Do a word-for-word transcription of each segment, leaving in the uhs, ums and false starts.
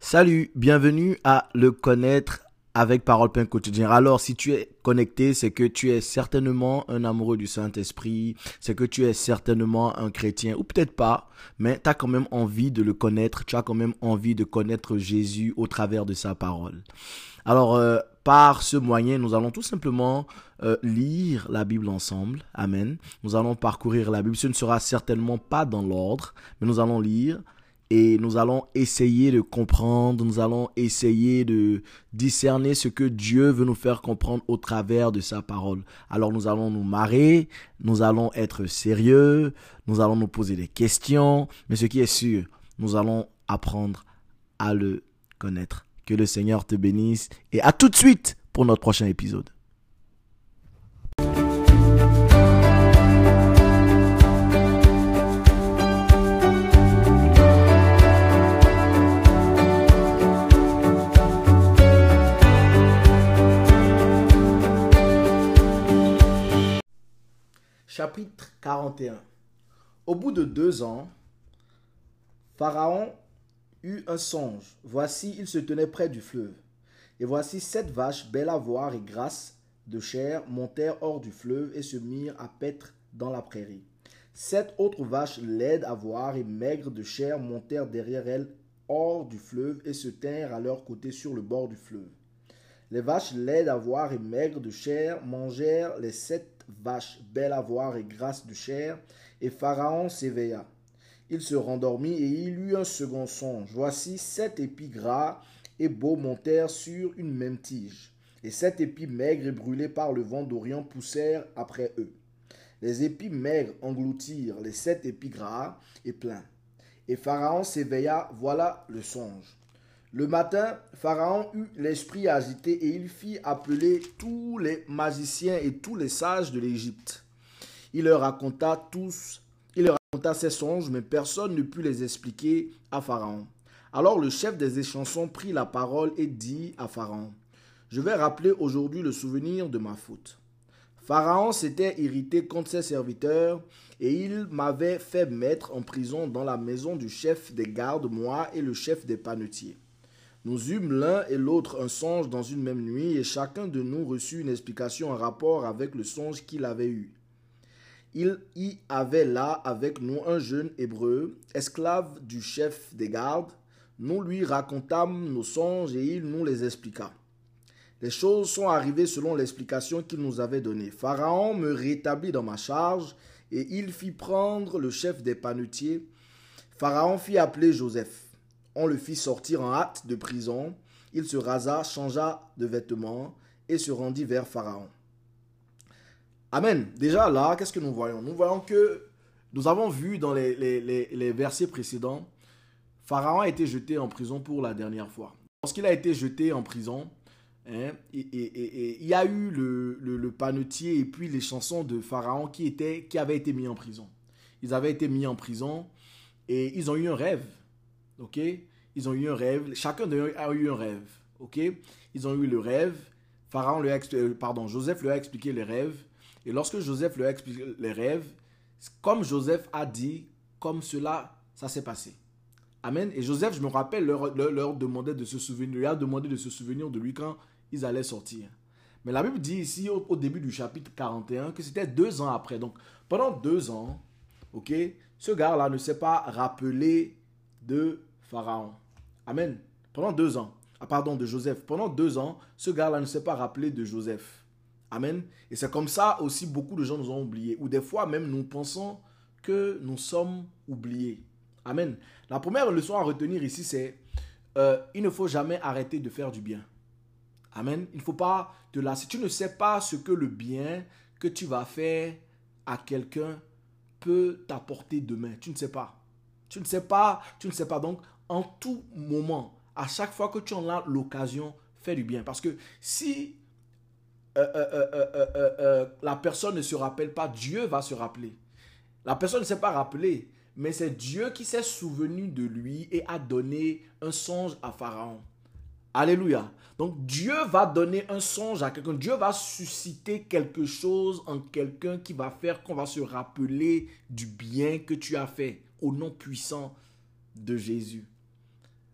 Salut, bienvenue à Le Connaître avec Parole Pain Quotidien. Alors, si tu es connecté, c'est que tu es certainement un amoureux du Saint-Esprit, c'est que tu es certainement un chrétien, ou peut-être pas, mais tu as quand même envie de le connaître, tu as quand même envie de connaître Jésus au travers de sa parole. Alors, euh, par ce moyen, nous allons tout simplement euh, lire la Bible ensemble. Amen. Nous allons parcourir la Bible. Ce ne sera certainement pas dans l'ordre, mais nous allons lire. Et nous allons essayer de comprendre, nous allons essayer de discerner ce que Dieu veut nous faire comprendre au travers de sa parole. Alors nous allons nous marrer, nous allons être sérieux, nous allons nous poser des questions, mais ce qui est sûr, nous allons apprendre à le connaître. Que le Seigneur te bénisse et à tout de suite pour notre prochain épisode. Chapitre quarante et un. Au bout de deux ans, Pharaon eut un songe. Voici, il se tenait près du fleuve. Et voici sept vaches, belles à voir et grasses de chair, montèrent hors du fleuve et se mirent à paître dans la prairie. Sept autres vaches, laides à voir et maigres de chair, montèrent derrière elles hors du fleuve et se tinrent à leur côté sur le bord du fleuve. Les vaches laides à voir et maigres de chair mangèrent les sept vaches belles à voir et grasses de chair, et Pharaon s'éveilla. Il se rendormit et il eut un second songe. Voici sept épis gras et beaux montèrent sur une même tige, et sept épis maigres et brûlés par le vent d'Orient poussèrent après eux. Les épis maigres engloutirent les sept épis gras et pleins. Et Pharaon s'éveilla, voilà le songe. Le matin, Pharaon eut l'esprit agité et il fit appeler tous les magiciens et tous les sages de l'Égypte. Il leur raconta tous, il leur raconta ses songes, mais personne ne put les expliquer à Pharaon. Alors le chef des échansons prit la parole et dit à Pharaon: « Je vais rappeler aujourd'hui le souvenir de ma faute. Pharaon s'était irrité contre ses serviteurs et il m'avait fait mettre en prison dans la maison du chef des gardes, moi et le chef des panetiers. Nous eûmes l'un et l'autre un songe dans une même nuit, et chacun de nous reçut une explication en rapport avec le songe qu'il avait eu. Il y avait là avec nous un jeune hébreu, esclave du chef des gardes. Nous lui racontâmes nos songes et il nous les expliqua. Les choses sont arrivées selon l'explication qu'il nous avait donnée. Pharaon me rétablit dans ma charge, et il fit prendre le chef des panetiers. Pharaon fit appeler Joseph. On le fit sortir en hâte de prison. Il se rasa, changea de vêtements et se rendit vers Pharaon. Amen. Déjà là, qu'est-ce que nous voyons? Nous voyons que nous avons vu dans les, les, les, les versets précédents, Pharaon a été jeté en prison pour la dernière fois. Lorsqu'il a été jeté en prison, hein, et, et, et, et, il y a eu le, le, le panetier et puis les chansons de Pharaon qui, étaient, qui avaient été mis en prison. Ils avaient été mis en prison et ils ont eu un rêve. Ok, ils ont eu un rêve. Chacun d'eux a eu un rêve. Ok, ils ont eu le rêve. Pharaon lui a, pardon, Joseph lui a expliqué les rêves. Et lorsque Joseph lui a expliqué les rêves, comme Joseph a dit, comme cela, ça s'est passé. Amen. Et Joseph, je me rappelle, leur, leur, leur demandait de se souvenir, lui a demandé de se souvenir de lui quand ils allaient sortir. Mais la Bible dit ici, au, au début du chapitre quarante et un, que c'était deux ans après. Donc, pendant deux ans, ok, ce gars-là ne s'est pas rappelé de Pharaon. Amen. Pendant deux ans. Ah, pardon, de Joseph. Pendant deux ans, ce gars-là ne s'est pas rappelé de Joseph. Amen. Et c'est comme ça aussi beaucoup de gens nous ont oubliés. Ou des fois même nous pensons que nous sommes oubliés. Amen. La première leçon à retenir ici, c'est euh, il ne faut jamais arrêter de faire du bien. Amen. Il ne faut pas te lasser. Tu ne sais pas ce que le bien que tu vas faire à quelqu'un peut t'apporter demain. Tu ne sais pas. Tu ne sais pas. Tu ne sais pas. Donc, en tout moment, à chaque fois que tu en as l'occasion, fais du bien. Parce que si euh, euh, euh, euh, euh, euh, la personne ne se rappelle pas, Dieu va se rappeler. La personne ne s'est pas rappelée, mais c'est Dieu qui s'est souvenu de lui et a donné un songe à Pharaon. Alléluia. Donc Dieu va donner un songe à quelqu'un. Dieu va susciter quelque chose en quelqu'un qui va faire qu'on va se rappeler du bien que tu as fait au nom puissant de Jésus.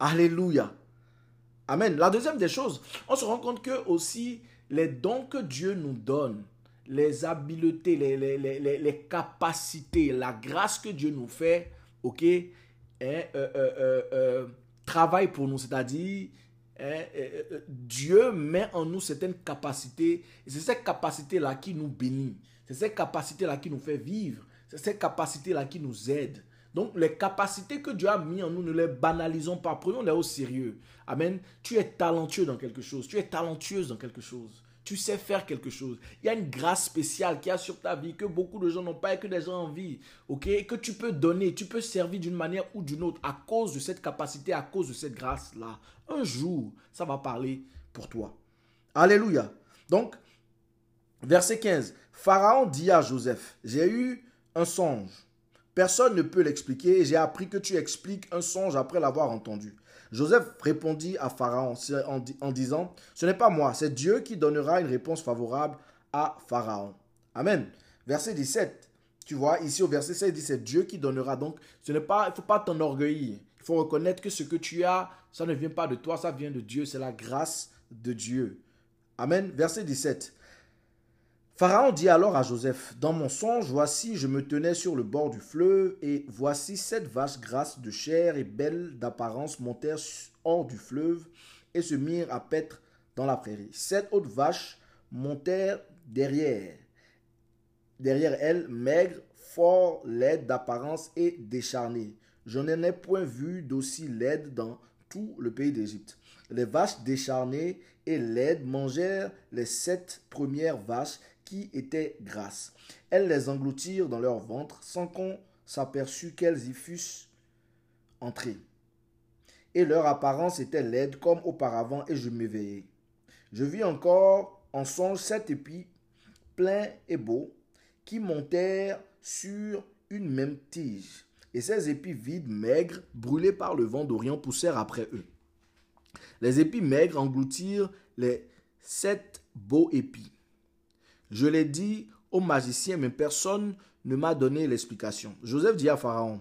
Alléluia. Amen. La deuxième des choses, on se rend compte que aussi les dons que Dieu nous donne, les habiletés, les, les, les, les, les capacités, la grâce que Dieu nous fait, ok, hein, euh, euh, euh, euh, travaille pour nous. C'est-à-dire, hein, euh, euh, Dieu met en nous certaines capacités. Et c'est ces capacités-là qui nous bénit. C'est ces capacités-là qui nous fait vivre. C'est ces capacités-là qui nous aident. Donc, les capacités que Dieu a mis en nous, ne les banalisons pas. Prenons-les au sérieux. Amen. Tu es talentueux dans quelque chose. Tu es talentueuse dans quelque chose. Tu sais faire quelque chose. Il y a une grâce spéciale qui a sur ta vie que beaucoup de gens n'ont pas et que des gens ont envie. Ok? Et que tu peux donner. Tu peux servir d'une manière ou d'une autre à cause de cette capacité, à cause de cette grâce-là. Un jour, ça va parler pour toi. Alléluia. Donc, verset quinze. Pharaon dit à Joseph, j'ai eu un songe. Personne ne peut l'expliquer et j'ai appris que tu expliques un songe après l'avoir entendu. Joseph répondit à Pharaon en, en disant, ce n'est pas moi, c'est Dieu qui donnera une réponse favorable à Pharaon. Amen. Verset dix-sept, tu vois, ici au verset seize, il dit, c'est Dieu qui donnera. Donc, ce n'est pas, il ne faut pas t'enorgueillir. Il faut reconnaître que ce que tu as, ça ne vient pas de toi, ça vient de Dieu. C'est la grâce de Dieu. Amen. Verset dix-sept. Pharaon dit alors à Joseph, dans mon songe, voici, je me tenais sur le bord du fleuve, et voici sept vaches grasses de chair et belles d'apparence montèrent hors du fleuve et se mirent à paître dans la prairie. Sept autres vaches montèrent derrière, derrière elles, maigres, fort laides d'apparence et décharnées. Je n'en ai point vu d'aussi laides dans tout le pays d'Égypte. Les vaches décharnées et laides mangèrent les sept premières vaches qui étaient grasses. Elles les engloutirent dans leur ventre sans qu'on s'aperçût qu'elles y fussent entrées. Et leur apparence était laide comme auparavant et je m'éveillai. Je vis encore en songe sept épis pleins et beaux qui montèrent sur une même tige. Et ces épis vides, maigres, brûlés par le vent d'Orient, poussèrent après eux. Les épis maigres engloutirent les sept beaux épis. Je l'ai dit au magicien, mais personne ne m'a donné l'explication. Joseph dit à Pharaon,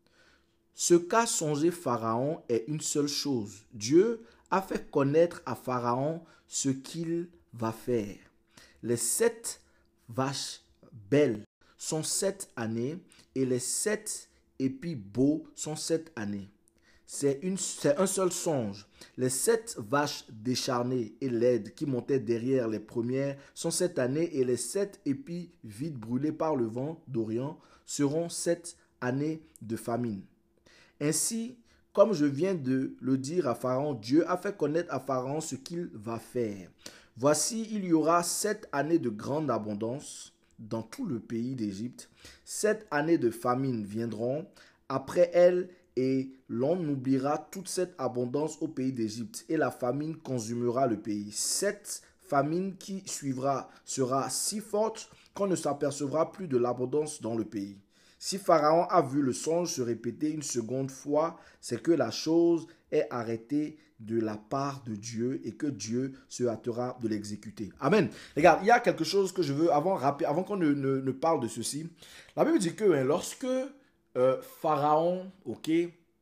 ce qu'a songé Pharaon est une seule chose. Dieu a fait connaître à Pharaon ce qu'il va faire. Les sept vaches belles sont sept années et les sept épis beaux sont sept années. C'est, une, c'est un seul songe. Les sept vaches décharnées et laides qui montaient derrière les premières sont sept années et les sept épis vides brûlés par le vent d'Orient seront sept années de famine. Ainsi, comme je viens de le dire à Pharaon, Dieu a fait connaître à Pharaon ce qu'il va faire. Voici, il y aura sept années de grande abondance dans tout le pays d'Égypte. Sept années de famine viendront après elles et l'on oubliera toute cette abondance au pays d'Égypte et la famine consumera le pays. Cette famine qui suivra sera si forte qu'on ne s'apercevra plus de l'abondance dans le pays. Si Pharaon a vu le songe se répéter une seconde fois, c'est que la chose est arrêtée de la part de Dieu et que Dieu se hâtera de l'exécuter. Amen. Regarde, il y a quelque chose que je veux, avant, avant qu'on ne, ne, ne parle de ceci. La Bible dit que hein, lorsque euh, Pharaon, ok,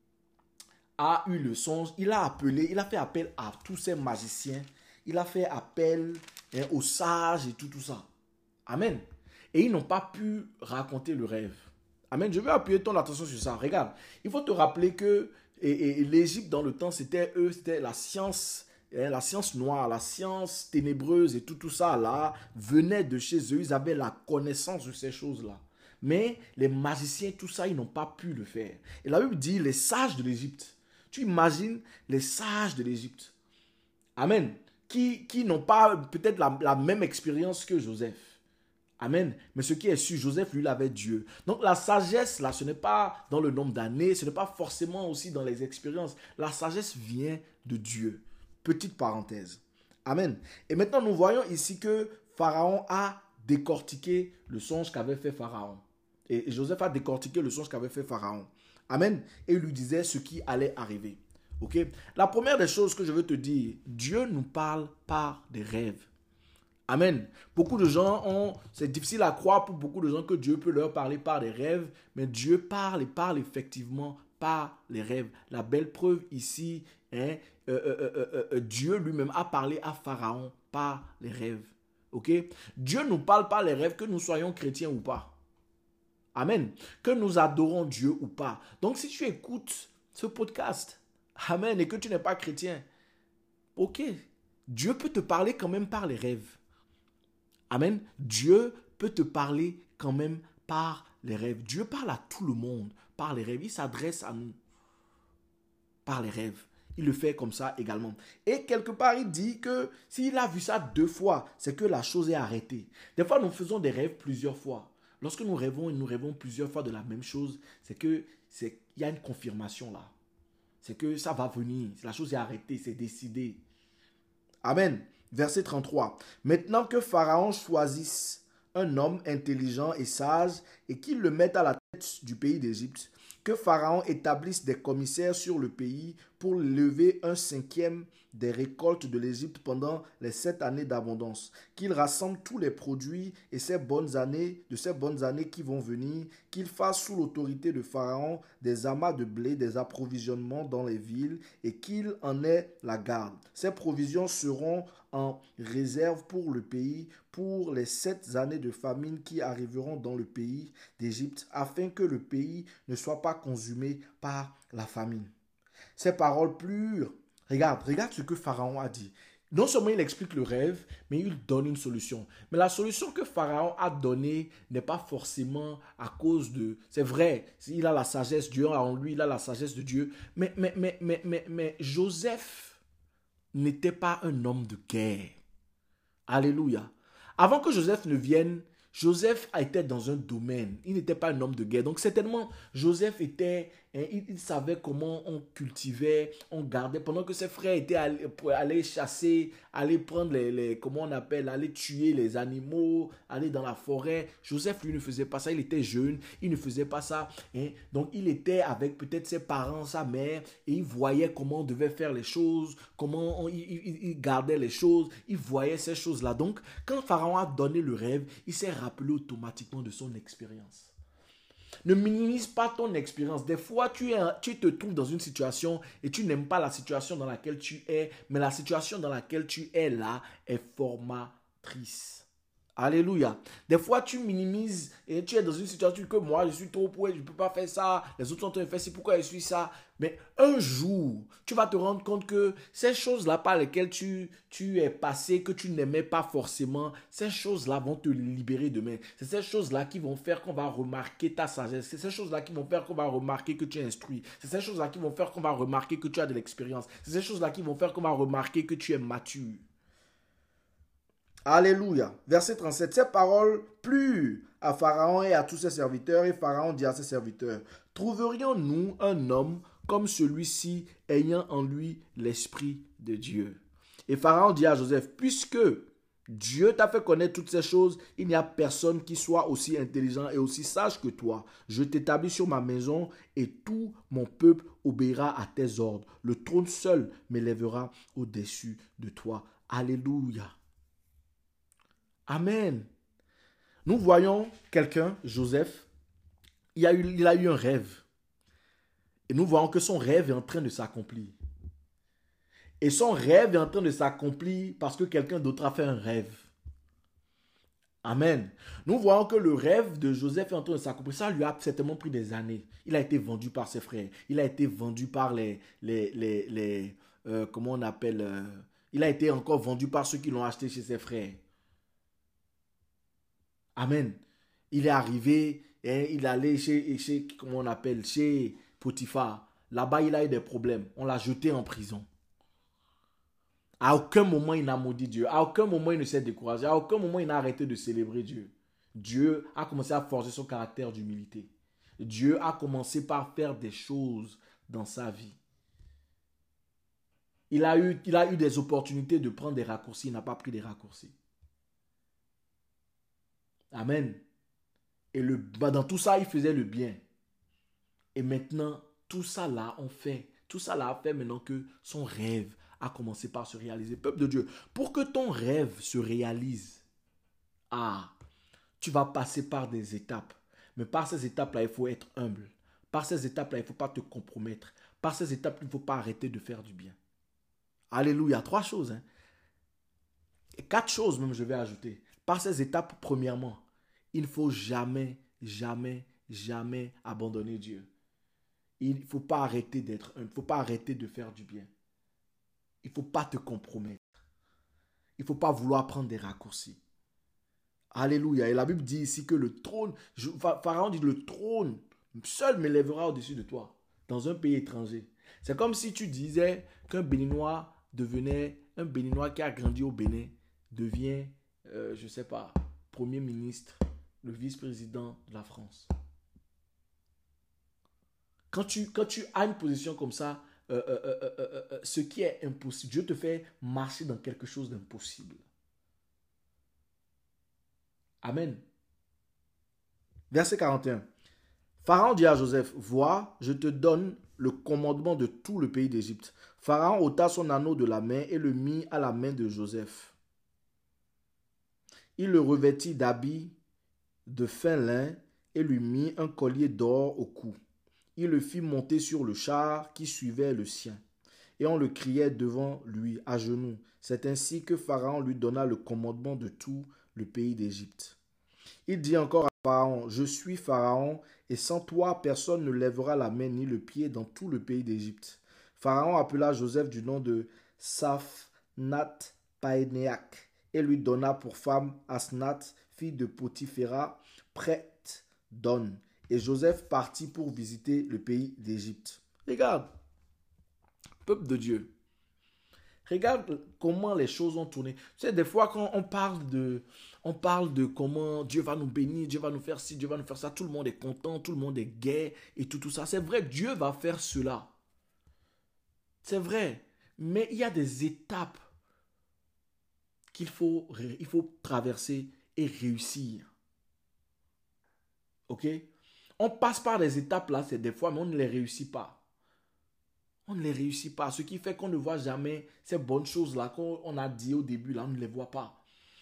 a eu le songe, il a appelé, il a fait appel à tous ses magiciens, il a fait appel hein, aux sages et tout, tout ça. Amen. Et ils n'ont pas pu raconter le rêve. Amen. Je veux appuyer ton attention sur ça. Regarde, il faut te rappeler que et, et, et l'Égypte dans le temps, c'était eux, c'était la science, hein, la science noire, la science ténébreuse et tout, tout ça là venait de chez eux. Ils avaient la connaissance de ces choses-là. Mais les magiciens, tout ça, ils n'ont pas pu le faire. Et la Bible dit les sages de l'Égypte. Tu imagines les sages de l'Égypte. Amen. Qui, qui n'ont pas peut-être la, la même expérience que Joseph. Amen. Mais ce qui est sûr, Joseph, lui, il avait Dieu. Donc la sagesse, là, ce n'est pas dans le nombre d'années, ce n'est pas forcément aussi dans les expériences. La sagesse vient de Dieu. Petite parenthèse. Amen. Et maintenant, nous voyons ici que Pharaon a décortiqué le songe qu'avait fait Pharaon. Et Joseph a décortiqué le songe qu'avait fait Pharaon. Amen. Et il lui disait ce qui allait arriver. Ok? La première des choses que je veux te dire, Dieu nous parle par des rêves. Amen. Beaucoup de gens ont, c'est difficile à croire pour beaucoup de gens que Dieu peut leur parler par des rêves, mais Dieu parle et parle effectivement par les rêves. La belle preuve ici, hein, euh, euh, euh, euh, Dieu lui-même a parlé à Pharaon par les rêves. Ok? Dieu nous parle par les rêves, que nous soyons chrétiens ou pas. Amen. Que nous adorons Dieu ou pas. Donc si tu écoutes ce podcast, amen, et que tu n'es pas chrétien, ok, Dieu peut te parler quand même par les rêves. Amen. Dieu peut te parler quand même par les rêves. Dieu parle à tout le monde par les rêves. Il s'adresse à nous par les rêves. Il le fait comme ça également. Et quelque part, il dit que s'il a vu ça deux fois, c'est que la chose est arrêtée. Des fois, nous faisons des rêves plusieurs fois. Lorsque nous rêvons et nous rêvons plusieurs fois de la même chose, c'est que c'est il y a une confirmation là. C'est que ça va venir. La chose est arrêtée, c'est décidé. Amen. Verset trente-trois. Maintenant que Pharaon choisisse un homme intelligent et sage et qu'il le mette à la tête du pays d'Égypte, que Pharaon établisse des commissaires sur le pays pour lever un cinquième des récoltes de l'Égypte pendant les sept années d'abondance, qu'il rassemble tous les produits et ces bonnes années, de ces bonnes années qui vont venir, qu'il fasse sous l'autorité de Pharaon des amas de blé, des approvisionnements dans les villes et qu'il en ait la garde. Ces provisions seront en réserve pour le pays, pour les sept années de famine qui arriveront dans le pays d'Égypte, afin que le pays ne soit pas consumé par la famine. Ces paroles pures, regarde, regarde ce que Pharaon a dit. Non seulement il explique le rêve, mais il donne une solution. Mais la solution que Pharaon a donnée n'est pas forcément à cause de... C'est vrai, il a la sagesse, Dieu en lui, il a la sagesse de Dieu. Mais, mais, mais, mais, mais, mais Joseph n'était pas un homme de guerre. Alléluia. Avant que Joseph ne vienne, Joseph était dans un domaine. Il n'était pas un homme de guerre. Donc certainement, Joseph était, hein, il, il savait comment on cultivait, on gardait. Pendant que ses frères étaient allés, allés chasser, aller prendre les, les, comment on appelle, aller tuer les animaux, aller dans la forêt. Joseph, lui, ne faisait pas ça. Il était jeune, il ne faisait pas ça. Hein. Donc il était avec peut-être ses parents, sa mère, et il voyait comment on devait faire les choses, comment on, il, il, il gardait les choses. Il voyait ces choses-là. Donc quand Pharaon a donné le rêve, il s'est rappelé automatiquement de son expérience. Ne minimise pas ton expérience. Des fois, tu, es, tu te trouves dans une situation et tu n'aimes pas la situation dans laquelle tu es, mais la situation dans laquelle tu es là est formatrice. Alléluia. Des fois, tu minimises et tu es dans une situation que moi, je suis trop pour, je ne peux pas faire ça. Les autres sont en train de faire, c'est pourquoi je suis ça. Mais un jour, tu vas te rendre compte que ces choses-là par lesquelles tu, tu es passé, que tu n'aimais pas forcément, ces choses-là vont te libérer demain. C'est ces choses-là qui vont faire qu'on va remarquer ta sagesse. C'est ces choses-là qui vont faire qu'on va remarquer que tu es instruit. C'est ces choses-là qui vont faire qu'on va remarquer que tu as de l'expérience. C'est ces choses-là qui vont faire qu'on va remarquer que tu es mature. Alléluia. Verset trente-sept. Ces paroles plurent à Pharaon et à tous ses serviteurs. Et Pharaon dit à ses serviteurs, trouverions-nous un homme comme celui-ci ayant en lui l'esprit de Dieu? Et Pharaon dit à Joseph, puisque Dieu t'a fait connaître toutes ces choses, il n'y a personne qui soit aussi intelligent et aussi sage que toi. Je t'établis sur ma maison et tout mon peuple obéira à tes ordres. Le trône seul m'élèvera au-dessus de toi. Alléluia. Amen. Nous voyons quelqu'un, Joseph, il a, eu, il a eu un rêve. Et nous voyons que son rêve est en train de s'accomplir. Et son rêve est en train de s'accomplir parce que quelqu'un d'autre a fait un rêve. Amen. Nous voyons que le rêve de Joseph est en train de s'accomplir. Ça lui a certainement pris des années. Il a été vendu par ses frères. Il a été vendu par les... les, les, les euh, comment on appelle euh, il a été encore vendu par ceux qui l'ont acheté chez ses frères. Amen. Il est arrivé, hein, il est allé chez, chez, comment on appelle, chez Potiphar. Là-bas, il a eu des problèmes. On l'a jeté en prison. À aucun moment, il n'a maudit Dieu. À aucun moment, il ne s'est découragé. À aucun moment, il n'a arrêté de célébrer Dieu. Dieu a commencé à forger son caractère d'humilité. Dieu a commencé par faire des choses dans sa vie. Il a eu, il a eu des opportunités de prendre des raccourcis. Il n'a pas pris des raccourcis. Amen. Et le, bah dans tout ça, il faisait le bien. Et maintenant, tout ça là, on fait. Tout ça là a fait maintenant que son rêve a commencé par se réaliser. Peuple de Dieu, pour que ton rêve se réalise, ah, tu vas passer par des étapes. Mais par ces étapes là, il faut être humble. Par ces étapes-là, il ne faut pas te compromettre. Par ces étapes, il ne faut pas arrêter de faire du bien. Alléluia. Trois choses. Hein. Et quatre choses même, je vais ajouter. Par ces étapes, premièrement, il ne faut jamais, jamais, jamais abandonner Dieu. Il ne faut pas arrêter d'être, il ne faut pas arrêter de faire du bien. Il ne faut pas te compromettre. Il ne faut pas vouloir prendre des raccourcis. Alléluia. Et la Bible dit ici que le trône, je, Pharaon dit le trône seul m'élèvera au-dessus de toi, dans un pays étranger. C'est comme si tu disais qu'un Béninois devenait, un Béninois qui a grandi au Bénin, devient, euh, je ne sais pas, Premier ministre, le vice-président de la France. Quand tu, quand tu as une position comme ça, euh, euh, euh, euh, euh, ce qui est impossible, Dieu te fait marcher dans quelque chose d'impossible. Amen. Verset quarante et un. Pharaon dit à Joseph, vois, je te donne le commandement de tout le pays d'Égypte. Pharaon ôta son anneau de la main et le mit à la main de Joseph. Il le revêtit d'habits de fin lin et lui mit un collier d'or au cou. Il le fit monter sur le char qui suivait le sien. Et on le criait devant lui à genoux. C'est ainsi que Pharaon lui donna le commandement de tout le pays d'Égypte. Il dit encore à Pharaon, je suis Pharaon, et sans toi, personne ne lèvera la main ni le pied dans tout le pays d'Égypte. Pharaon appela Joseph du nom de Saphnath-Paénéach, et lui donna pour femme Asnath, fille de Potiphéra, prête d'On. Et Joseph partit pour visiter le pays d'Égypte. Regarde, peuple de Dieu, regarde comment les choses ont tourné. Tu sais, des fois, quand on parle de, on parle de comment Dieu va nous bénir, Dieu va nous faire ci, Dieu va nous faire ça, tout le monde est content, tout le monde est gai et tout, tout ça. C'est vrai, Dieu va faire cela. C'est vrai. Mais il y a des étapes qu'il faut, il faut traverser et réussir. Ok? On passe par des étapes là, c'est des fois, mais on ne les réussit pas. On ne les réussit pas. Ce qui fait qu'on ne voit jamais ces bonnes choses-là qu'on a dit au début, là, on ne les voit pas.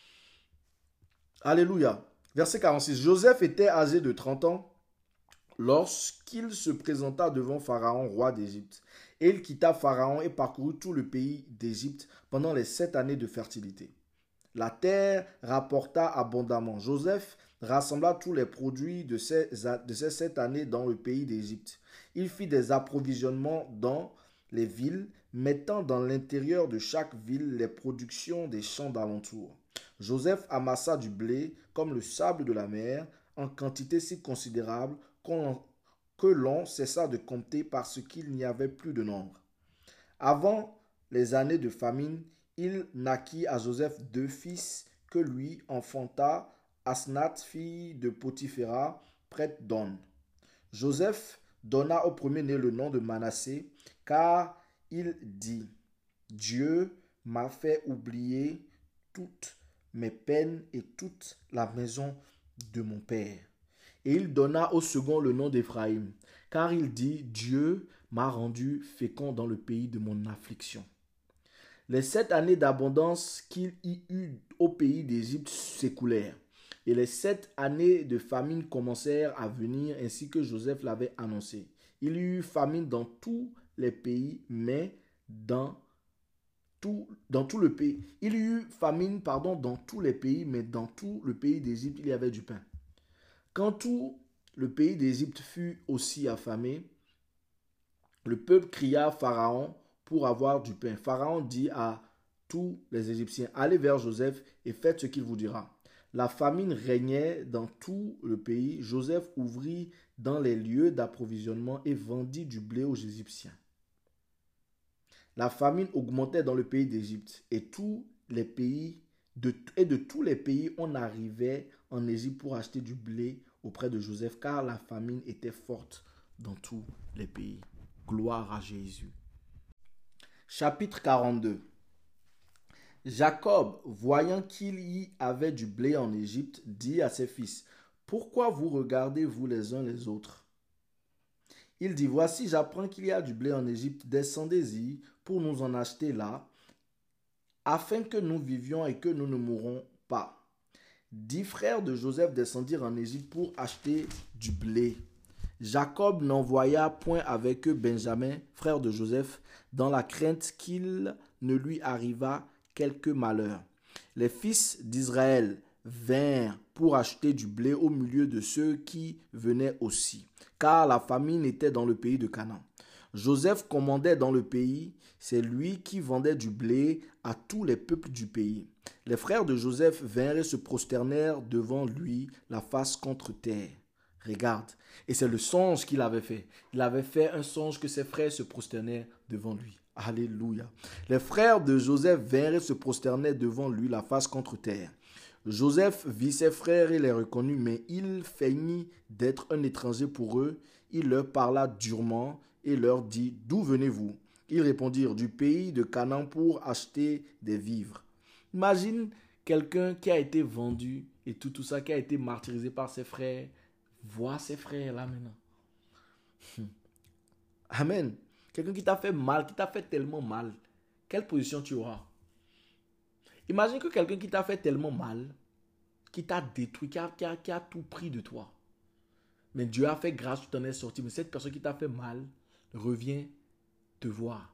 Alléluia. Verset quarante-six. Joseph était âgé de trente ans lorsqu'il se présenta devant Pharaon, roi d'Égypte. Et il quitta Pharaon et parcourut tout le pays d'Égypte pendant les sept années de fertilité. La terre rapporta abondamment. Joseph rassembla tous les produits de ces, de ces sept années dans le pays d'Égypte. Il fit des approvisionnements dans les villes, mettant dans l'intérieur de chaque ville les productions des champs d'alentour. Joseph amassa du blé comme le sable de la mer, en quantité si considérable qu'on, que l'on cessa de compter parce qu'il n'y avait plus de nombre. Avant les années de famine, il naquit à Joseph deux fils que lui enfanta Asnath, fille de Potiphéra, prête d'On. Joseph donna au premier-né le nom de Manassé, car il dit, Dieu m'a fait oublier toutes mes peines et toute la maison de mon père. Et il donna au second le nom d'Éphraïm, car il dit, Dieu m'a rendu fécond dans le pays de mon affliction. Les sept années d'abondance qu'il y eut au pays d'Égypte s'écoulèrent, et les sept années de famine commencèrent à venir ainsi que Joseph l'avait annoncé. Il y eut famine dans tous les pays, mais dans tout, dans tout le pays. Il y eut famine, pardon, dans tous les pays, mais dans tout le pays d'Égypte, il y avait du pain. Quand tout le pays d'Égypte fut aussi affamé, le peuple cria à Pharaon pour avoir du pain. Pharaon dit à tous les Égyptiens, allez vers Joseph et faites ce qu'il vous dira. La famine régnait dans tout le pays. Joseph ouvrit dans les lieux d'approvisionnement et vendit du blé aux Égyptiens. La famine augmentait dans le pays d'Égypte et tous les pays de, et de tous les pays on arrivait en Égypte pour acheter du blé auprès de Joseph, car la famine était forte dans tous les pays. Gloire à Jésus. Chapitre quarante-deux. Jacob, voyant qu'il y avait du blé en Égypte, dit à ses fils, « Pourquoi vous regardez-vous les uns les autres ?» Il dit, « Voici, j'apprends qu'il y a du blé en Égypte, descendez-y pour nous en acheter là, afin que nous vivions et que nous ne mourrons pas. » Dix frères de Joseph descendirent en Égypte pour acheter du blé. Jacob n'envoya point avec eux Benjamin, frère de Joseph, dans la crainte qu'il ne lui arrivât quelque malheur. Les fils d'Israël vinrent pour acheter du blé au milieu de ceux qui venaient aussi, car la famine était dans le pays de Canaan. Joseph commandait dans le pays, c'est lui qui vendait du blé à tous les peuples du pays. Les frères de Joseph vinrent et se prosternèrent devant lui, la face contre terre. Regarde, et c'est le songe qu'il avait fait. Il avait fait un songe que ses frères se prosternaient devant lui. Alléluia. Les frères de Joseph vinrent et se prosternaient devant lui, la face contre terre. Joseph vit ses frères et les reconnut, mais il feignit d'être un étranger pour eux. Il leur parla durement et leur dit, « D'où venez-vous » Ils répondirent, « Du pays de Canaan pour acheter des vivres. » Imagine quelqu'un qui a été vendu et tout, tout ça, qui a été martyrisé par ses frères. Vois ses frères là maintenant. Amen. Quelqu'un qui t'a fait mal, qui t'a fait tellement mal. Quelle position tu auras? Imagine que quelqu'un qui t'a fait tellement mal, qui t'a détruit, qui a, qui, a, qui a tout pris de toi. Mais Dieu a fait grâce, tu t'en es sorti. Mais cette personne qui t'a fait mal revient te voir.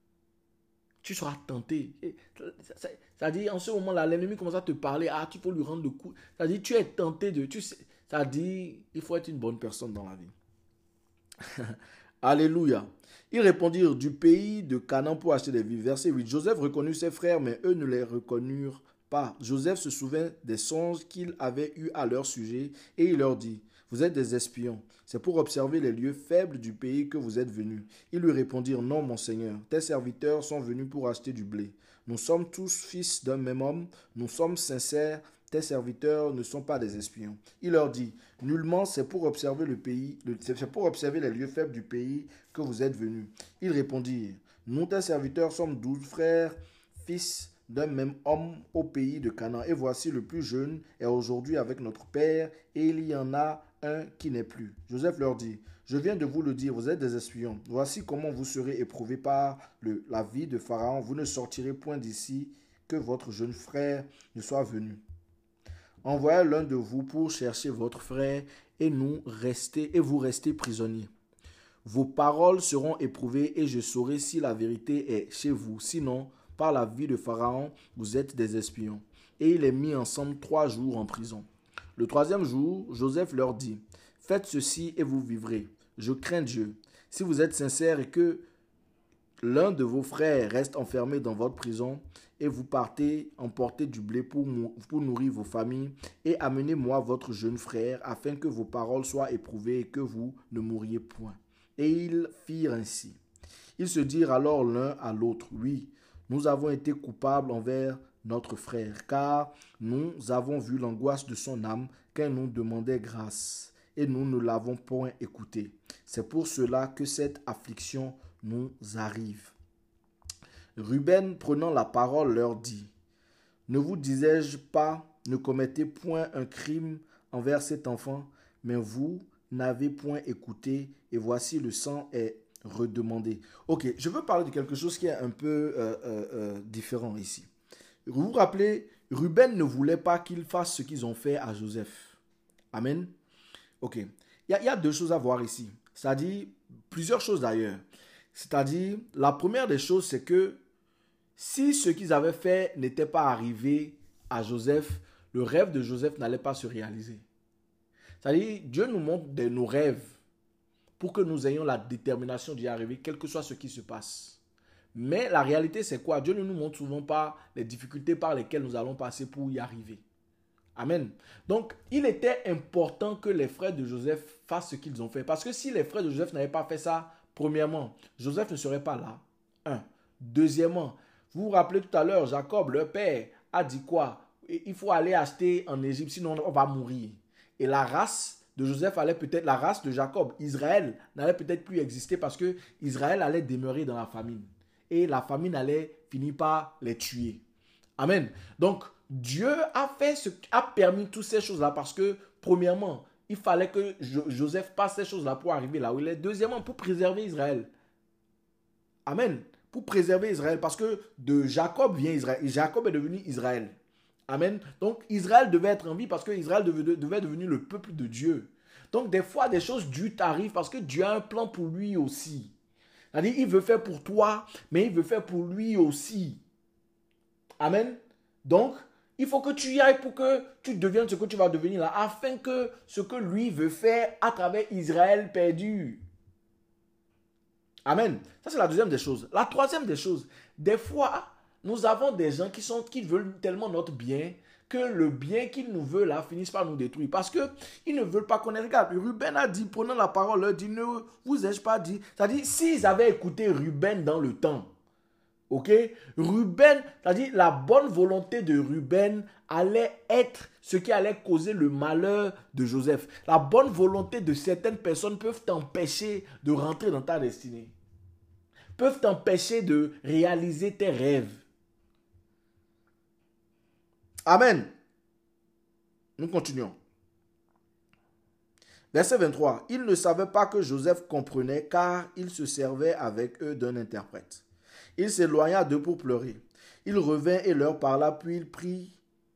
Tu seras tenté. Ça dit, en ce moment-là, l'ennemi commence à te parler. Ah, tu faut lui rendre le coup. Ça dit, tu es tenté de... Tu sais, ça dit, il faut être une bonne personne dans la vie. Alléluia. Ils répondirent du pays de Canaan pour acheter des vivres. Verset huit. Joseph reconnut ses frères, mais eux ne les reconnurent pas. Joseph se souvint des songes qu'il avait eus à leur sujet et il leur dit, vous êtes des espions. C'est pour observer les lieux faibles du pays que vous êtes venus. Ils lui répondirent, non, mon Seigneur, tes serviteurs sont venus pour acheter du blé. Nous sommes tous fils d'un même homme, nous sommes sincères, tes serviteurs ne sont pas des espions. Il leur dit, nullement c'est pour observer le pays, c'est pour observer les lieux faibles du pays que vous êtes venus. Ils répondirent, nous tes serviteurs sommes douze frères, fils d'un même homme au pays de Canaan. Et voici le plus jeune est aujourd'hui avec notre père, et il y en a un qui n'est plus. Joseph leur dit, je viens de vous le dire, vous êtes des espions. Voici comment vous serez éprouvés par le, la vie de Pharaon. Vous ne sortirez point d'ici que votre jeune frère ne soit venu. Envoyez l'un de vous pour chercher votre frère et nous rester et vous restez prisonniers. Vos paroles seront éprouvées et je saurai si la vérité est chez vous. Sinon, par la vie de Pharaon, vous êtes des espions. Et il est mis ensemble trois jours en prison. Le troisième jour, Joseph leur dit, faites ceci et vous vivrez. Je crains Dieu. Si vous êtes sincères et que l'un de vos frères reste enfermé dans votre prison, et vous partez emporter du blé pour, pour nourrir vos familles, et amenez-moi votre jeune frère, afin que vos paroles soient éprouvées et que vous ne mouriez point. Et ils firent ainsi. Ils se dirent alors l'un à l'autre, oui, nous avons été coupables envers notre frère, car nous avons vu l'angoisse de son âme quand il nous demandait grâce, et nous ne l'avons point écouté. C'est pour cela que cette affliction nous arrive. Ruben, prenant la parole, leur dit, ne vous disais-je pas, ne commettez point un crime envers cet enfant, mais vous n'avez point écouté, et voici le sang est redemandé. Ok, je veux parler de quelque chose qui est un peu euh, euh, euh, différent ici. Vous vous rappelez, Ruben ne voulait pas qu'ils fassent ce qu'ils ont fait à Joseph. Amen. Ok, il y, y a deux choses à voir ici. C'est-à-dire, plusieurs choses d'ailleurs. C'est-à-dire, la première des choses, c'est que si ce qu'ils avaient fait n'était pas arrivé à Joseph, le rêve de Joseph n'allait pas se réaliser. C'est-à-dire, Dieu nous montre de nos rêves pour que nous ayons la détermination d'y arriver, quel que soit ce qui se passe. Mais la réalité, c'est quoi? Dieu ne nous montre souvent pas les difficultés par lesquelles nous allons passer pour y arriver. Amen. Donc, il était important que les frères de Joseph fassent ce qu'ils ont fait. Parce que si les frères de Joseph n'avaient pas fait ça, premièrement, Joseph ne serait pas là. Un. Deuxièmement, vous vous rappelez tout à l'heure, Jacob, leur père, a dit quoi? Il faut aller acheter en Égypte, sinon on va mourir. Et la race de Joseph allait peut-être, la race de Jacob, Israël, n'allait peut-être plus exister parce que Israël allait demeurer dans la famine. Et la famine allait finir par les tuer. Amen. Donc, Dieu a fait ce, a permis toutes ces choses-là parce que, premièrement, il fallait que Jo- Joseph passe ces choses-là pour arriver là où il est. Deuxièmement, pour préserver Israël. Amen. Pour préserver Israël parce que de Jacob vient Israël. Et Jacob est devenu Israël. Amen. Donc, Israël devait être en vie parce que Israël devait, devait devenir le peuple de Dieu. Donc des fois, des choses dures t'arrivent parce que Dieu a un plan pour lui aussi. C'est-à-dire, il veut faire pour toi, mais il veut faire pour lui aussi. Amen. Donc, il faut que tu y ailles pour que tu deviennes ce que tu vas devenir là, afin que ce que lui veut faire à travers Israël perdu. Amen. Ça, c'est la deuxième des choses. La troisième des choses, des fois, nous avons des gens qui, sont, qui veulent tellement notre bien que le bien qu'ils nous veulent là finisse par nous détruire. Parce qu'ils ne veulent pas qu'on ait. Regarde, Ruben a dit, prenant la parole, leur dit, ne vous ai-je pas dit. C'est-à-dire, s'ils avaient écouté Ruben dans le temps, ok, Ruben, c'est-à-dire la bonne volonté de Ruben allait être ce qui allait causer le malheur de Joseph. La bonne volonté de certaines personnes peuvent t'empêcher de rentrer dans ta destinée. Peuvent t'empêcher de réaliser tes rêves. Amen. Nous continuons. Verset vingt-trois. Ils ne savaient pas que Joseph comprenait car il se servait avec eux d'un interprète. Il s'éloigna d'eux pour pleurer. Il revint et leur parla, puis il prit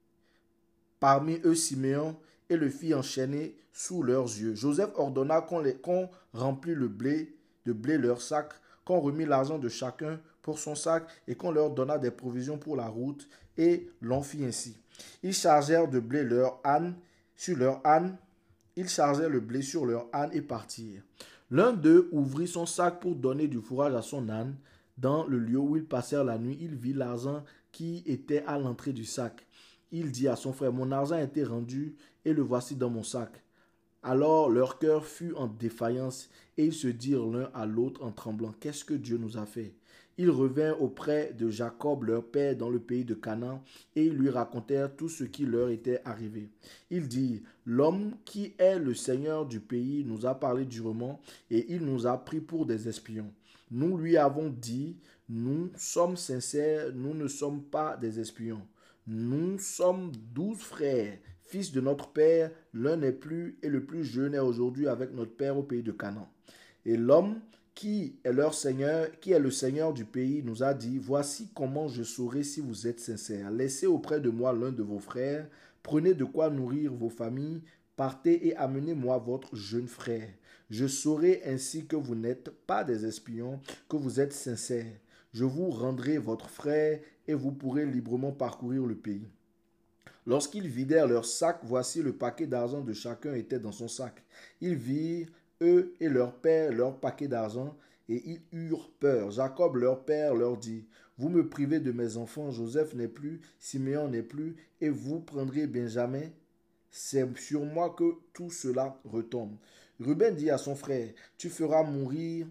parmi eux Siméon et le fit enchaîner sous leurs yeux. Joseph ordonna qu'on, les, qu'on remplît le blé, de blé leur sac, qu'on remit l'argent de chacun pour son sac et qu'on leur donna des provisions pour la route, et l'on fit ainsi. Ils chargèrent de blé leur âne sur leur âne, ils chargèrent le blé sur leur âne et partirent. L'un d'eux ouvrit son sac pour donner du fourrage à son âne. Dans le lieu où ils passèrent la nuit, il vit l'argent qui était à l'entrée du sac. Il dit à son frère, mon argent a été rendu et le voici dans mon sac. Alors leur cœur fut en défaillance et ils se dirent l'un à l'autre en tremblant, qu'est-ce que Dieu nous a fait? Ils revinrent auprès de Jacob, leur père, dans le pays de Canaan, et ils lui racontèrent tout ce qui leur était arrivé. Il dit, l'homme qui est le seigneur du pays nous a parlé durement et il nous a pris pour des espions. Nous lui avons dit, nous sommes sincères, nous ne sommes pas des espions. Nous sommes douze frères, fils de notre père, l'un n'est plus et le plus jeune est aujourd'hui avec notre père au pays de Canaan. Et l'homme qui est leur seigneur, qui est le seigneur du pays, nous a dit, voici comment je saurai si vous êtes sincères. Laissez auprès de moi l'un de vos frères, prenez de quoi nourrir vos familles, partez et amenez-moi votre jeune frère. Je saurai ainsi que vous n'êtes pas des espions, que vous êtes sincères. Je vous rendrai votre frère et vous pourrez librement parcourir le pays. Lorsqu'ils vidèrent leur sac, voici le paquet d'argent de chacun était dans son sac. Ils virent, eux et leur père, leur paquet d'argent, et ils eurent peur. Jacob, leur père, leur dit, vous me privez de mes enfants, Joseph n'est plus, Siméon n'est plus, et vous prendrez Benjamin. C'est sur moi que tout cela retombe. Ruben dit à son frère, tu feras mourir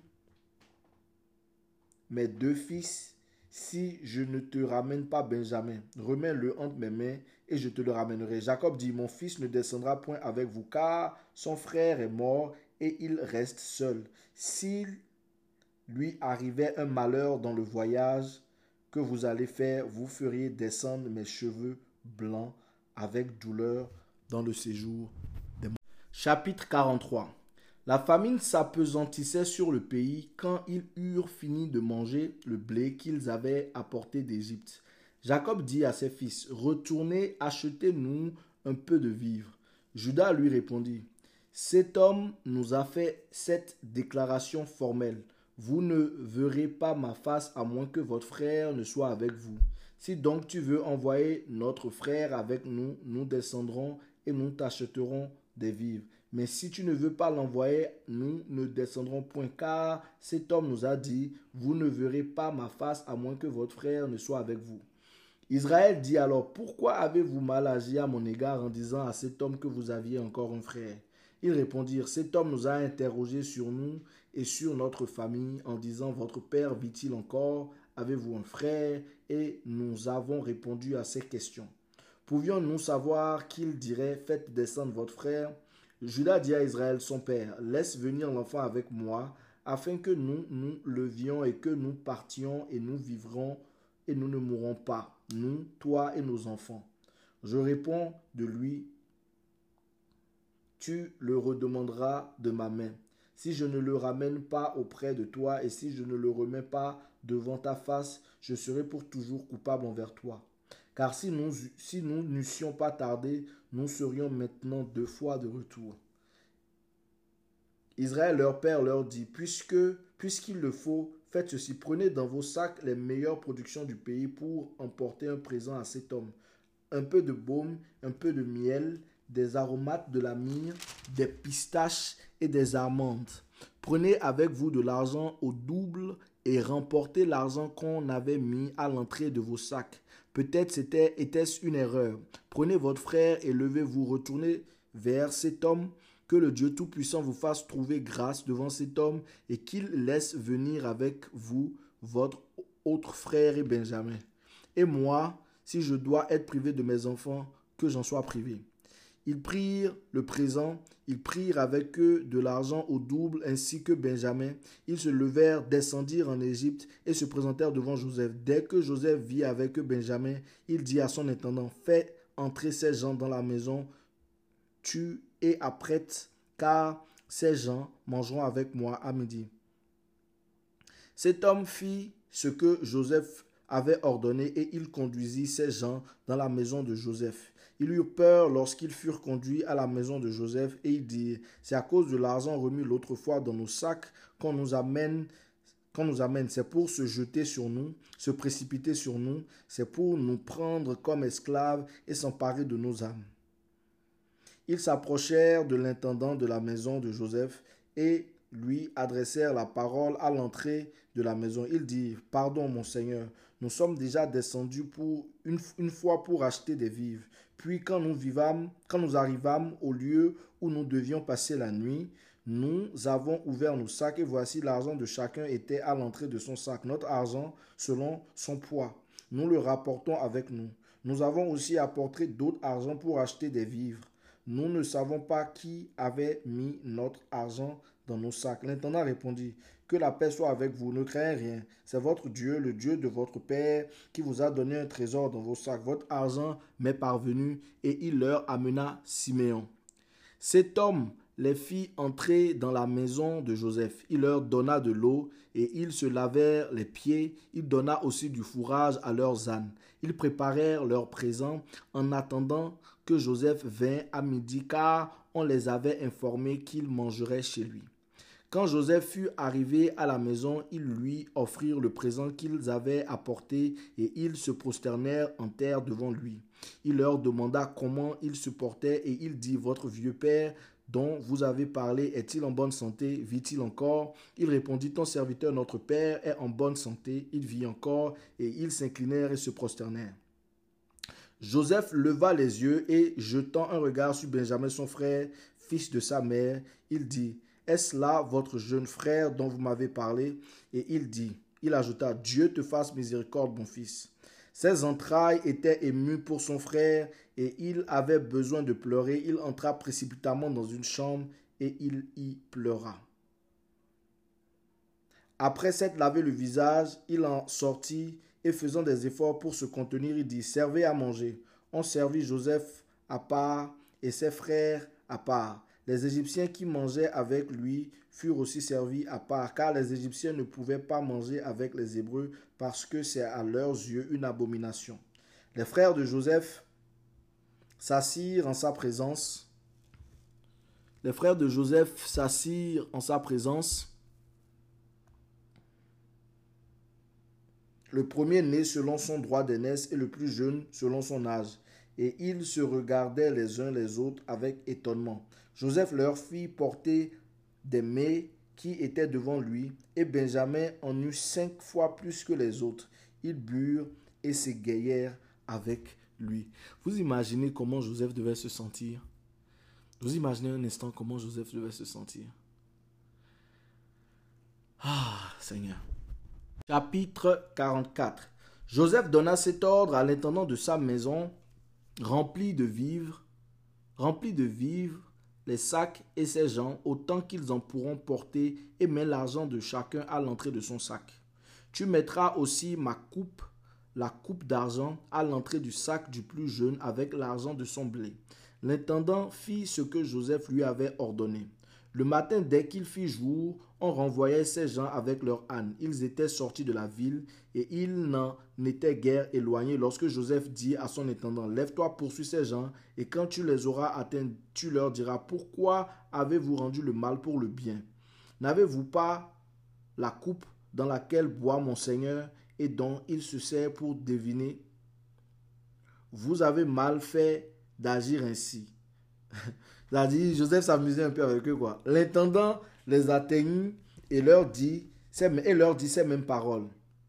mes deux fils si je ne te ramène pas Benjamin. Remets-le entre mes mains et je te le ramènerai. Jacob dit, mon fils ne descendra point avec vous car son frère est mort et il reste seul. S'il lui arrivait un malheur dans le voyage que vous allez faire, vous feriez descendre mes cheveux blancs avec douleur dans le séjour des morts. Chapitre quarante-trois. La famine s'appesantissait sur le pays quand ils eurent fini de manger le blé qu'ils avaient apporté d'Égypte. Jacob dit à ses fils, retournez, achetez-nous un peu de vivres. Judas lui répondit, cet homme nous a fait cette déclaration formelle. Vous ne verrez pas ma face à moins que votre frère ne soit avec vous. Si donc tu veux envoyer notre frère avec nous, nous descendrons et nous t'achèterons des vivres. Mais si tu ne veux pas l'envoyer, nous ne descendrons point, car cet homme nous a dit, vous ne verrez pas ma face à moins que votre frère ne soit avec vous. Israël dit alors, pourquoi avez-vous mal agi à mon égard en disant à cet homme que vous aviez encore un frère? Ils répondirent, cet homme nous a interrogés sur nous et sur notre famille en disant, votre père vit-il encore? Avez-vous un frère? Et nous avons répondu à ces questions. Pouvions-nous savoir qu'il dirait, faites descendre votre frère? Judas dit à Israël, son père, laisse venir l'enfant avec moi, afin que nous nous levions et que nous partions et nous vivrons et nous ne mourrons pas, nous, toi et nos enfants. Je réponds de lui, tu le redemanderas de ma main. Si je ne le ramène pas auprès de toi et si je ne le remets pas devant ta face, je serai pour toujours coupable envers toi. Car si nous si nous n'eussions pas tardé, nous serions maintenant deux fois de retour. Israël, leur père, leur dit, puisque, puisqu'il le faut, faites ceci, prenez dans vos sacs les meilleures productions du pays pour emporter un présent à cet homme. Un peu de baume, un peu de miel, des aromates de la myrrhe, des pistaches et des amandes. Prenez avec vous de l'argent au double et remportez l'argent qu'on avait mis à l'entrée de vos sacs. Peut-être c'était, était-ce une erreur. Prenez votre frère et levez-vous, retournez vers cet homme, que le Dieu Tout-Puissant vous fasse trouver grâce devant cet homme et qu'il laisse venir avec vous votre autre frère et Benjamin. Et moi, si je dois être privé de mes enfants, que j'en sois privé. Ils prirent le présent, ils prirent avec eux de l'argent au double, ainsi que Benjamin. Ils se levèrent, descendirent en Égypte et se présentèrent devant Joseph. Dès que Joseph vit avec eux Benjamin, il dit à son intendant, fais entrer ces gens dans la maison, tu et apprête, car ces gens mangeront avec moi à midi. Cet homme fit ce que Joseph avait ordonné et il conduisit ces gens dans la maison de Joseph. Ils eurent peur lorsqu'ils furent conduits à la maison de Joseph et ils dirent, c'est à cause de l'argent remis l'autre fois dans nos sacs qu'on nous amène, qu'on nous amène. C'est pour se jeter sur nous, se précipiter sur nous, c'est pour nous prendre comme esclaves et s'emparer de nos âmes. Ils s'approchèrent de l'intendant de la maison de Joseph et lui adressèrent la parole à l'entrée de la maison. Ils dirent, pardon mon Seigneur, nous sommes déjà descendus pour une, une fois pour acheter des vivres. Puis quand nous vivâmes, quand nous arrivâmes au lieu où nous devions passer la nuit, nous avons ouvert nos sacs et voici l'argent de chacun était à l'entrée de son sac, notre argent selon son poids. Nous le rapportons avec nous. Nous avons aussi apporté d'autres argent pour acheter des vivres. Nous ne savons pas qui avait mis notre argent dans nos sacs. L'intendant répondit, que la paix soit avec vous, ne craignez rien. C'est votre Dieu, le Dieu de votre Père, qui vous a donné un trésor dans vos sacs. Votre argent m'est parvenu, et il leur amena Siméon. Cet homme les fit entrer dans la maison de Joseph. Il leur donna de l'eau, et ils se lavèrent les pieds. Il donna aussi du fourrage à leurs ânes. Ils préparèrent leurs présents en attendant que Joseph vînt à midi, car on les avait informés qu'il mangerait chez lui. Quand Joseph fut arrivé à la maison, ils lui offrirent le présent qu'ils avaient apporté et ils se prosternèrent en terre devant lui. Il leur demanda comment il se portait et il dit, votre vieux père dont vous avez parlé est-il en bonne santé? Vit-il encore? Il répondit, ton serviteur, notre père, est en bonne santé, il vit encore, et ils s'inclinèrent et se prosternèrent. Joseph leva les yeux et, jetant un regard sur Benjamin, son frère, fils de sa mère, il dit, est-ce là votre jeune frère dont vous m'avez parlé? Et il dit, il ajouta, Dieu te fasse miséricorde, mon fils. Ses entrailles étaient émues pour son frère et il avait besoin de pleurer. Il entra précipitamment dans une chambre et il y pleura. Après s'être lavé le visage, il en sortit et faisant des efforts pour se contenir, il dit, servez à manger. On servit Joseph à part et ses frères à part. Les Égyptiens qui mangeaient avec lui furent aussi servis à part, car les Égyptiens ne pouvaient pas manger avec les Hébreux parce que c'est à leurs yeux une abomination. Les frères de Joseph s'assirent en sa présence. Les frères de Joseph s'assirent en sa présence. Le premier-né selon son droit d'aînesse et le plus jeune selon son âge. Et ils se regardaient les uns les autres avec étonnement. Joseph leur fit porter des mets qui étaient devant lui, et Benjamin en eut cinq fois plus que les autres. Ils burent et s'égayèrent avec lui. Vous imaginez comment Joseph devait se sentir? Vous imaginez un instant comment Joseph devait se sentir? Ah, Seigneur. Chapitre quarante-quatre. Joseph donna cet ordre à l'intendant de sa maison, rempli de vivres, rempli de vivres, les sacs et ses gens, autant qu'ils en pourront porter, et mets l'argent de chacun à l'entrée de son sac. Tu mettras aussi ma coupe, la coupe d'argent, à l'entrée du sac du plus jeune avec l'argent de son blé. L'intendant fit ce que Joseph lui avait ordonné. Le matin, dès qu'il fit jour, on renvoyait ces gens avec leurs ânes. Ils étaient sortis de la ville et ils n'en étaient guère éloignés lorsque Joseph dit à son intendant, « Lève-toi, poursuis ces gens, et quand tu les auras atteints, tu leur diras, pourquoi avez-vous rendu le mal pour le bien? N'avez-vous pas la coupe dans laquelle boit mon Seigneur et dont il se sert pour deviner? Vous avez mal fait d'agir ainsi. » C'est-à-dire, Joseph s'amusait un peu avec eux, quoi. L'intendant les atteignit et leur dit, et leur dit ces mêmes paroles.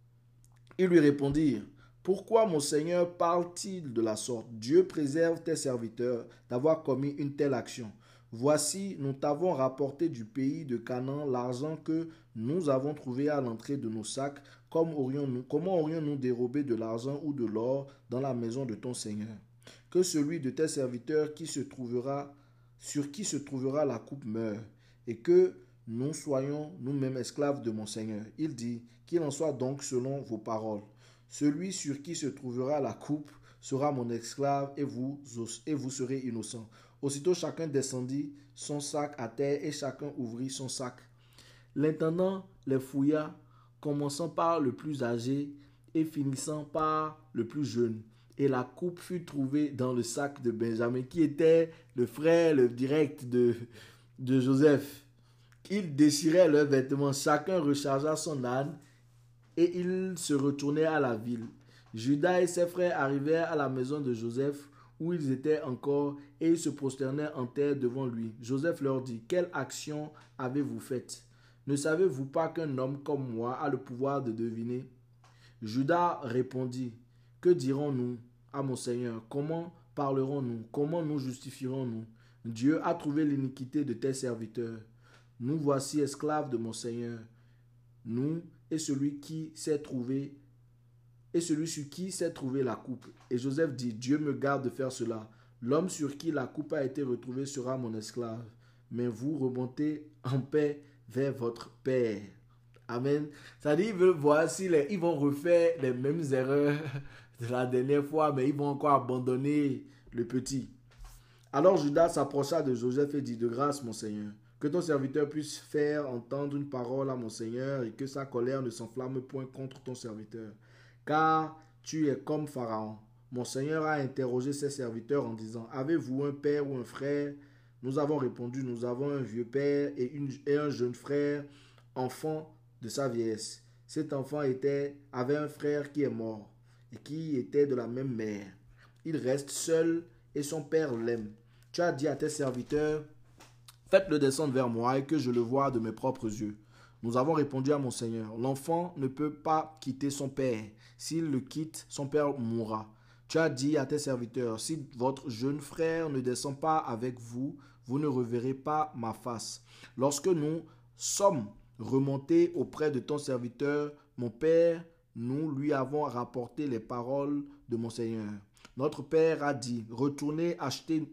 Ils lui répondirent, « Pourquoi mon Seigneur parle-t-il de la sorte? Dieu préserve tes serviteurs d'avoir commis une telle action. Voici, nous t'avons rapporté du pays de Canaan l'argent que nous avons trouvé à l'entrée de nos sacs. Comme aurions-nous, comment aurions-nous dérobé de l'argent ou de l'or dans la maison de ton Seigneur? Que celui de tes serviteurs qui se trouvera, sur qui se trouvera la coupe meure, et que nous soyons nous-mêmes esclaves de mon Seigneur. » Il dit, « Qu'il en soit donc selon vos paroles. Celui sur qui se trouvera la coupe sera mon esclave, et vous, et vous serez innocents. » Aussitôt chacun descendit son sac à terre, et chacun ouvrit son sac. L'intendant les fouilla, commençant par le plus âgé et finissant par le plus jeune. Et la coupe fut trouvée dans le sac de Benjamin, qui était le frère le direct de, de Joseph. Ils déchiraient leurs vêtements, chacun rechargea son âne, et ils se retournaient à la ville. Judas et ses frères arrivèrent à la maison de Joseph, où ils étaient encore, et ils se prosternèrent en terre devant lui. Joseph leur dit, « Quelle action avez-vous faite? Ne savez-vous pas qu'un homme comme moi a le pouvoir de deviner? » Judas répondit, « Que dirons-nous à mon Seigneur? Comment parlerons-nous? Comment nous justifierons-nous? Dieu a trouvé l'iniquité de tes serviteurs. Nous voici esclaves de mon Seigneur, nous et celui qui s'est trouvé et celui sur qui s'est trouvée la coupe. » Et Joseph dit, « Dieu me garde de faire cela. L'homme sur qui la coupe a été retrouvée sera mon esclave. Mais vous remontez en paix vers votre père. » Amen. C'est-à-dire, ils veulent voir si les, ils vont refaire les mêmes erreurs de la dernière fois, mais ils vont encore abandonner le petit. Alors Judas s'approcha de Joseph et dit, « De grâce, mon Seigneur, que ton serviteur puisse faire entendre une parole à mon Seigneur et que sa colère ne s'enflamme point contre ton serviteur. Car tu es comme Pharaon. » Mon Seigneur a interrogé ses serviteurs en disant, « Avez-vous un père ou un frère? » Nous avons répondu, « Nous avons un vieux père et, une, et un jeune frère, enfant de sa vieillesse. Cet enfant était, avait un frère qui est mort et qui était de la même mère. Il reste seul et son père l'aime. Tu as dit à tes serviteurs, faites-le descendre vers moi et que je le voie de mes propres yeux. Nous avons répondu à mon Seigneur, l'enfant ne peut pas quitter son père. S'il le quitte, son père mourra. Tu as dit à tes serviteurs, si votre jeune frère ne descend pas avec vous, vous ne reverrez pas ma face. Lorsque nous sommes remontés auprès de ton serviteur, mon père, nous lui avons rapporté les paroles de mon Seigneur. Notre père a dit, retournez acheter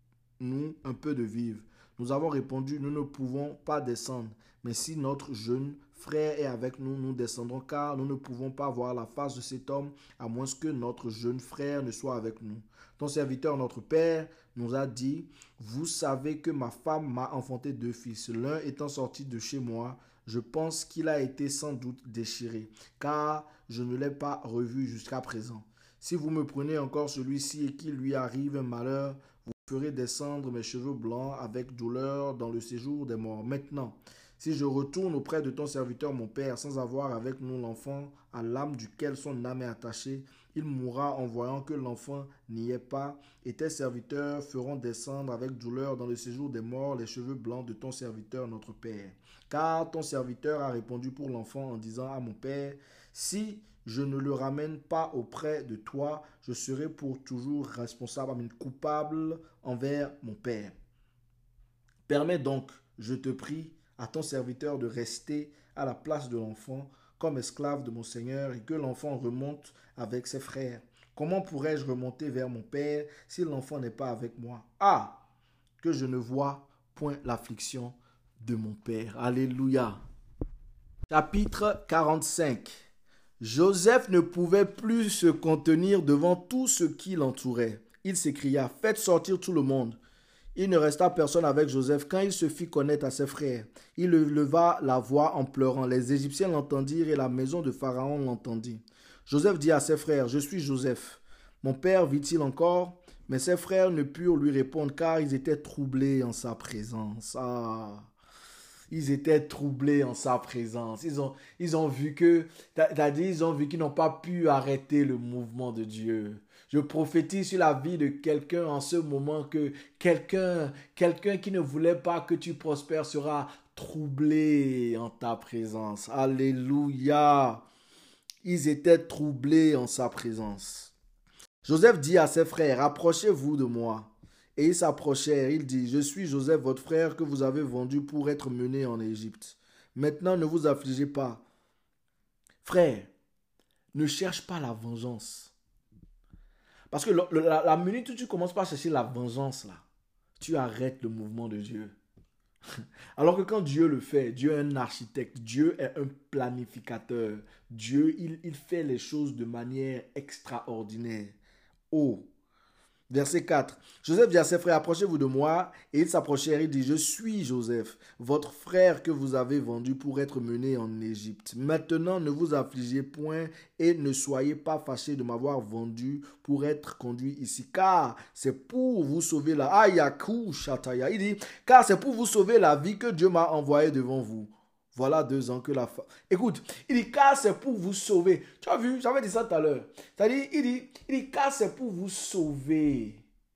nous un peu de vivres. Nous avons répondu, nous ne pouvons pas descendre, mais si notre jeune frère est avec nous, nous descendrons, car nous ne pouvons pas voir la face de cet homme, à moins que notre jeune frère ne soit avec nous. Ton serviteur, notre père, nous a dit, vous savez que ma femme m'a enfanté deux fils. L'un étant sorti de chez moi, je pense qu'il a été sans doute déchiré, car je ne l'ai pas revu jusqu'à présent. Si vous me prenez encore celui-ci et qu'il lui arrive un malheur, vous ferez descendre mes cheveux blancs avec douleur dans le séjour des morts. Maintenant, si je retourne auprès de ton serviteur, mon père, sans avoir avec nous l'enfant à l'âme duquel son âme est attachée, il mourra en voyant que l'enfant n'y est pas, et tes serviteurs feront descendre avec douleur dans le séjour des morts les cheveux blancs de ton serviteur, notre père. Car ton serviteur a répondu pour l'enfant en disant à mon père, si je ne le ramène pas auprès de toi, je serai pour toujours responsable, coupable envers mon père. Permets donc, je te prie, à ton serviteur de rester à la place de l'enfant comme esclave de mon Seigneur et que l'enfant remonte avec ses frères. Comment pourrais-je remonter vers mon père si l'enfant n'est pas avec moi? Ah, que je ne vois point l'affliction de mon père. Alléluia. Chapitre quarante-cinq. Joseph ne pouvait plus se contenir devant tout ce qui l'entourait. Il s'écria, faites sortir tout le monde. Il ne resta personne avec Joseph quand il se fit connaître à ses frères. Il leva la voix en pleurant. Les Égyptiens l'entendirent et la maison de Pharaon l'entendit. Joseph dit à ses frères, « Je suis Joseph. Mon père vit-il encore ?» Mais ses frères ne purent lui répondre car ils étaient troublés en sa présence. Ah, ils étaient troublés en sa présence. Ils ont, ils ont vu que, c'est-à-dire, ils ont vu qu'ils n'ont pas pu arrêter le mouvement de Dieu. Je prophétise sur la vie de quelqu'un en ce moment que quelqu'un, quelqu'un qui ne voulait pas que tu prospères sera troublé en ta présence. Alléluia. Ils étaient troublés en sa présence. Joseph dit à ses frères, « Approchez-vous de moi. » Et ils s'approchèrent. Il dit, « Je suis Joseph, votre frère, que vous avez vendu pour être mené en Égypte. Maintenant, ne vous affligez pas. Frère, ne cherche pas la vengeance. » Parce que le, le, la, la minute où tu commences par chercher la vengeance, là, tu arrêtes le mouvement de Dieu. Alors que quand Dieu le fait, Dieu est un architecte, Dieu est un planificateur. Dieu, il, il fait les choses de manière extraordinaire. Oh, verset quatre. Joseph dit à ses frères, approchez-vous de moi. Et ils s'approchèrent, il dit, je suis Joseph, votre frère que vous avez vendu pour être mené en Égypte. Maintenant, ne vous affligez point et ne soyez pas fâchés de m'avoir vendu pour être conduit ici. Car c'est pour vous sauver la... Ayakou Shataya. Il dit, car c'est pour vous sauver la vie que Dieu m'a envoyé devant vous. Voilà deux ans que la femme... Écoute, il dit, car c'est pour vous sauver. Tu as vu, j'avais dit ça tout à l'heure. C'est-à-dire, il dit, il dit, car c'est pour vous sauver.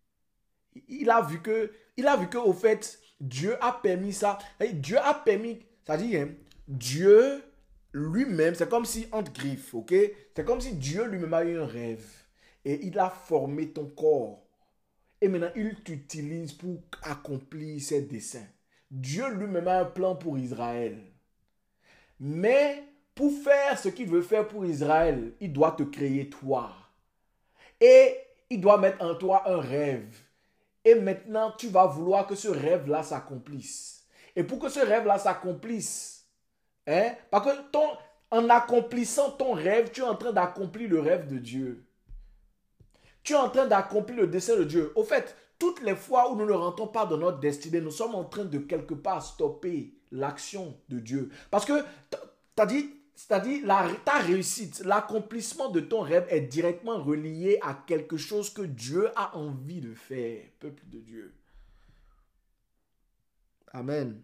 Il a vu que, il a vu que, au fait, Dieu a permis ça. Dieu a permis, c'est-à-dire, hein, Dieu lui-même, c'est comme si, entre griffes, ok? C'est comme si Dieu lui-même a eu un rêve. Et il a formé ton corps. Et maintenant, il t'utilise pour accomplir ses desseins. Dieu lui-même a un plan pour Israël. Mais pour faire ce qu'il veut faire pour Israël, il doit te créer toi. Et il doit mettre en toi un rêve. Et maintenant, tu vas vouloir que ce rêve-là s'accomplisse. Et pour que ce rêve-là s'accomplisse, hein, parce que ton, en accomplissant ton rêve, tu es en train d'accomplir le rêve de Dieu. Tu es en train d'accomplir le dessein de Dieu. Au fait, toutes les fois où nous ne rentrons pas dans notre destinée, nous sommes en train de quelque part stopper l'action de Dieu. Parce que, c'est-à-dire, c'est-à-dire la, ta réussite, l'accomplissement de ton rêve est directement relié à quelque chose que Dieu a envie de faire, peuple de Dieu. Amen.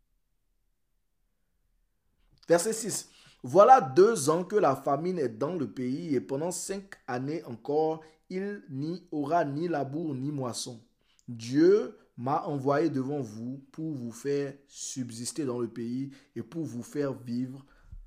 Verset six. Voilà deux ans que la famine est dans le pays et pendant cinq années encore, il n'y aura ni labour ni moisson. Dieu m'a envoyé devant vous pour vous faire subsister dans le pays et pour vous faire vivre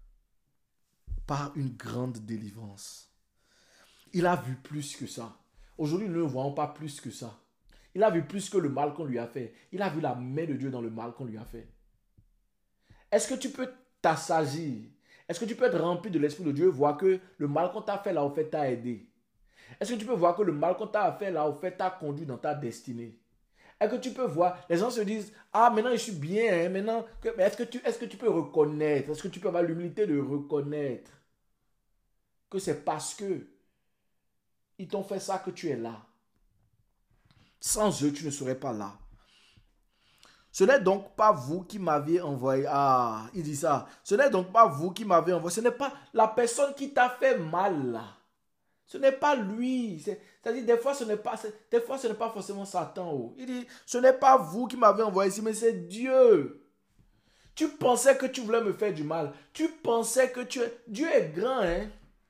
par une grande délivrance. Il a vu plus que ça. Aujourd'hui, nous ne voyons pas plus que ça. Il a vu plus que le mal qu'on lui a fait. Il a vu la main de Dieu dans le mal qu'on lui a fait. Est-ce que tu peux t'assagir? Est-ce que tu peux être rempli de l'Esprit de Dieu, voir que le mal qu'on t'a fait là, au fait, t'a aidé? Est-ce que tu peux voir que le mal qu'on t'a fait là, au fait, t'a conduit dans ta destinée? Est-ce que tu peux voir, les gens se disent, ah, maintenant je suis bien, hein, maintenant, mais est-ce que, tu, est-ce que tu peux reconnaître, est-ce que tu peux avoir l'humilité de reconnaître que c'est parce que ils t'ont fait ça que tu es là. Sans eux, tu ne serais pas là. Ce n'est donc pas vous qui m'avez envoyé. Ah, il dit ça. Ce n'est donc pas vous qui m'avez envoyé. Ce n'est pas la personne qui t'a fait mal là. Ce n'est pas lui. C'est, c'est-à-dire, des fois, ce n'est pas, des fois, ce n'est pas forcément Satan. Oh. Il dit, ce n'est pas vous qui m'avez envoyé ici, mais c'est Dieu. Tu pensais que tu voulais me faire du mal. Tu pensais que tu es... Dieu est grand, hein.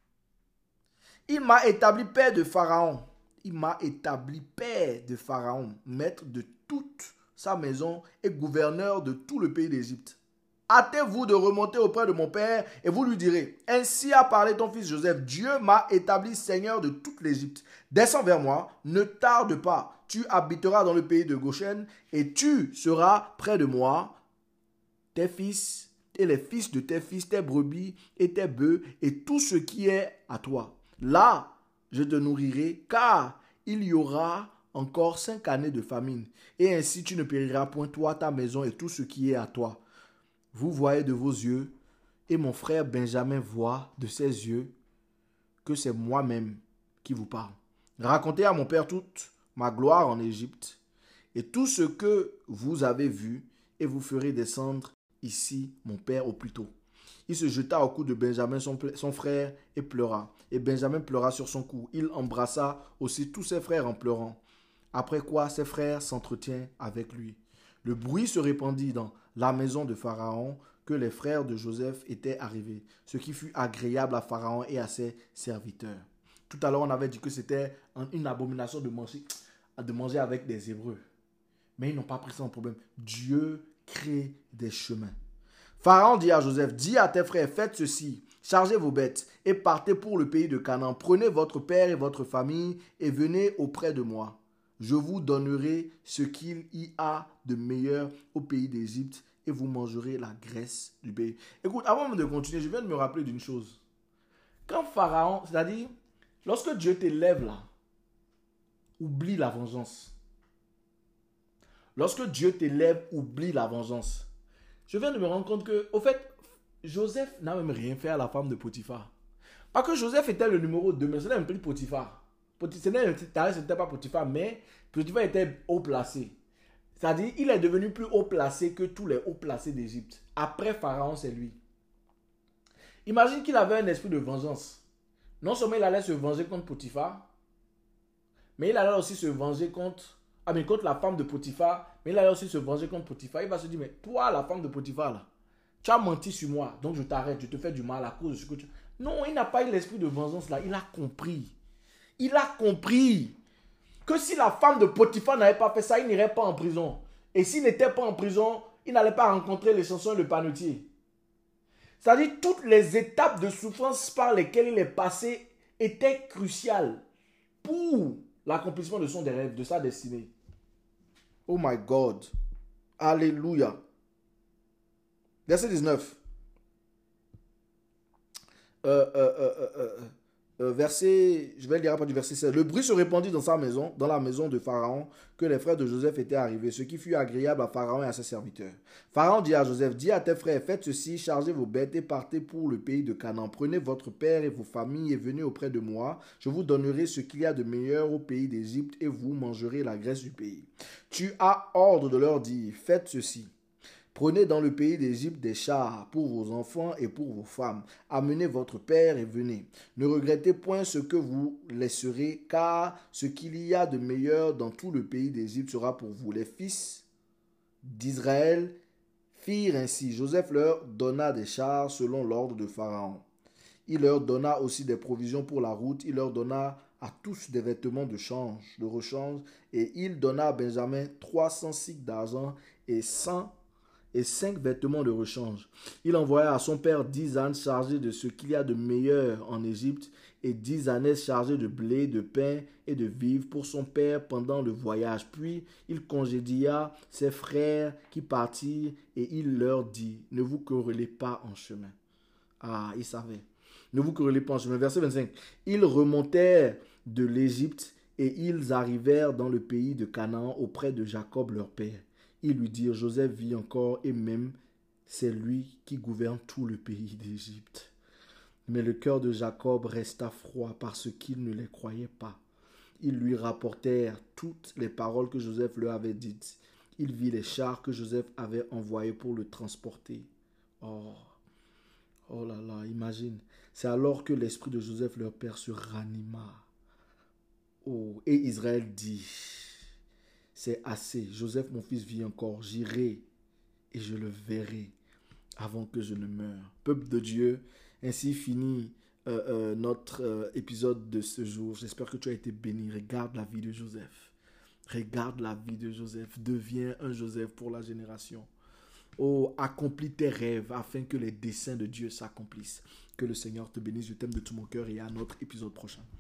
Il m'a établi père de Pharaon. Il m'a établi père de Pharaon, maître de toute sa maison et gouverneur de tout le pays d'Égypte. Hâtez-vous de remonter auprès de mon père et vous lui direz, ainsi a parlé ton fils Joseph, Dieu m'a établi seigneur de toute l'Égypte. Descends vers moi, ne tarde pas, tu habiteras dans le pays de Goshen et tu seras près de moi, tes fils et les fils de tes fils, tes brebis et tes bœufs et tout ce qui est à toi. Là, je te nourrirai, car il y aura encore cinq années de famine. Et ainsi tu ne périras point, toi, ta maison et tout ce qui est à toi. Vous voyez de vos yeux, et mon frère Benjamin voit de ses yeux que c'est moi-même qui vous parle. Racontez à mon père toute ma gloire en Égypte et tout ce que vous avez vu, et vous ferez descendre ici mon père au plus tôt. Il se jeta au cou de Benjamin, son, son frère, et pleura. Et Benjamin pleura sur son cou. Il embrassa aussi tous ses frères en pleurant. Après quoi, ses frères s'entretiennent avec lui. Le bruit se répandit dans la maison de Pharaon que les frères de Joseph étaient arrivés, ce qui fut agréable à Pharaon et à ses serviteurs. Tout à l'heure, on avait dit que c'était une abomination de manger, de manger avec des Hébreux. Mais ils n'ont pas pris ça en problème. Dieu crée des chemins. Pharaon dit à Joseph, dis à tes frères, faites ceci, chargez vos bêtes et partez pour le pays de Canaan. Prenez votre père et votre famille et venez auprès de moi. Je vous donnerai ce qu'il y a de meilleur au pays d'Égypte et vous mangerez la graisse du pays. Écoute, avant de continuer, je viens de me rappeler d'une chose. Quand Pharaon, c'est-à-dire, lorsque Dieu t'élève là, oublie la vengeance. Lorsque Dieu t'élève, oublie la vengeance. Je viens de me rendre compte que, au fait, Joseph n'a même rien fait à la femme de Potiphar. Parce que Joseph était le numéro deux, mais ce n'était plus Potiphar. Ce n'était pas Potiphar, mais Potiphar était haut placé. C'est-à-dire, il est devenu plus haut placé que tous les hauts placés d'Égypte. Après Pharaon, c'est lui. Imagine qu'il avait un esprit de vengeance. Non seulement il allait se venger contre Potiphar, mais il allait aussi se venger contre, ah, mais contre la femme de Potiphar, mais il allait aussi se venger contre Potiphar. Il va se dire, mais toi, la femme de Potiphar, là, tu as menti sur moi, donc je t'arrête, je te fais du mal à cause de ce que tu... Non, il n'a pas eu l'esprit de vengeance là, il a compris. Il a compris que si la femme de Potiphar n'avait pas fait ça, il n'irait pas en prison. Et s'il n'était pas en prison, il n'allait pas rencontrer les chansons et le panetier. C'est-à-dire, toutes les étapes de souffrance par lesquelles il est passé étaient cruciales pour l'accomplissement de son rêve, de sa destinée. Oh my God. Alléluia. Verset dix-neuf. Euh, euh, euh, euh, euh. Euh, verset, je vais lire à partir du verset seize. Le bruit se répandit dans sa maison, dans la maison de Pharaon, que les frères de Joseph étaient arrivés, ce qui fut agréable à Pharaon et à ses serviteurs. Pharaon dit à Joseph, dis à tes frères, faites ceci, chargez vos bêtes et partez pour le pays de Canaan. Prenez votre père et vos familles et venez auprès de moi. Je vous donnerai ce qu'il y a de meilleur au pays d'Égypte et vous mangerez la graisse du pays. Tu as ordre de leur dire, faites ceci. Prenez dans le pays d'Égypte des chars pour vos enfants et pour vos femmes. Amenez votre père et venez. Ne regrettez point ce que vous laisserez, car ce qu'il y a de meilleur dans tout le pays d'Égypte sera pour vous. Les fils d'Israël firent ainsi. Joseph leur donna des chars selon l'ordre de Pharaon. Il leur donna aussi des provisions pour la route. Il leur donna à tous des vêtements de change, de rechange. Et il donna à Benjamin trois cents sicles d'argent et cent et cinq vêtements de rechange. Il envoya à son père dix ânes chargés de ce qu'il y a de meilleur en Égypte et dix ânesses chargées de blé, de pain et de vivres pour son père pendant le voyage. Puis il congédia ses frères qui partirent et il leur dit, ne vous querellez pas en chemin. Ah, il savait. Ne vous querellez pas en chemin. Verset vingt-cinq. Ils remontèrent de l'Égypte et ils arrivèrent dans le pays de Canaan auprès de Jacob leur père. Ils lui dirent, Joseph vit encore et même c'est lui qui gouverne tout le pays d'Égypte. Mais le cœur de Jacob resta froid parce qu'il ne les croyait pas. Ils lui rapportèrent toutes les paroles que Joseph leur avait dites. Il vit les chars que Joseph avait envoyés pour le transporter. Oh, oh là là, imagine. C'est alors que l'esprit de Joseph leur père se ranima. Oh, et Israël dit, c'est assez, Joseph mon fils vit encore, j'irai et je le verrai avant que je ne meure. Peuple de Dieu, ainsi finit euh, euh, notre euh, épisode de ce jour. J'espère que tu as été béni. Regarde la vie de Joseph. Regarde la vie de Joseph. Deviens un Joseph pour la génération. Oh, accomplis tes rêves afin que les desseins de Dieu s'accomplissent. Que le Seigneur te bénisse. Je t'aime de tout mon cœur et à notre épisode prochain.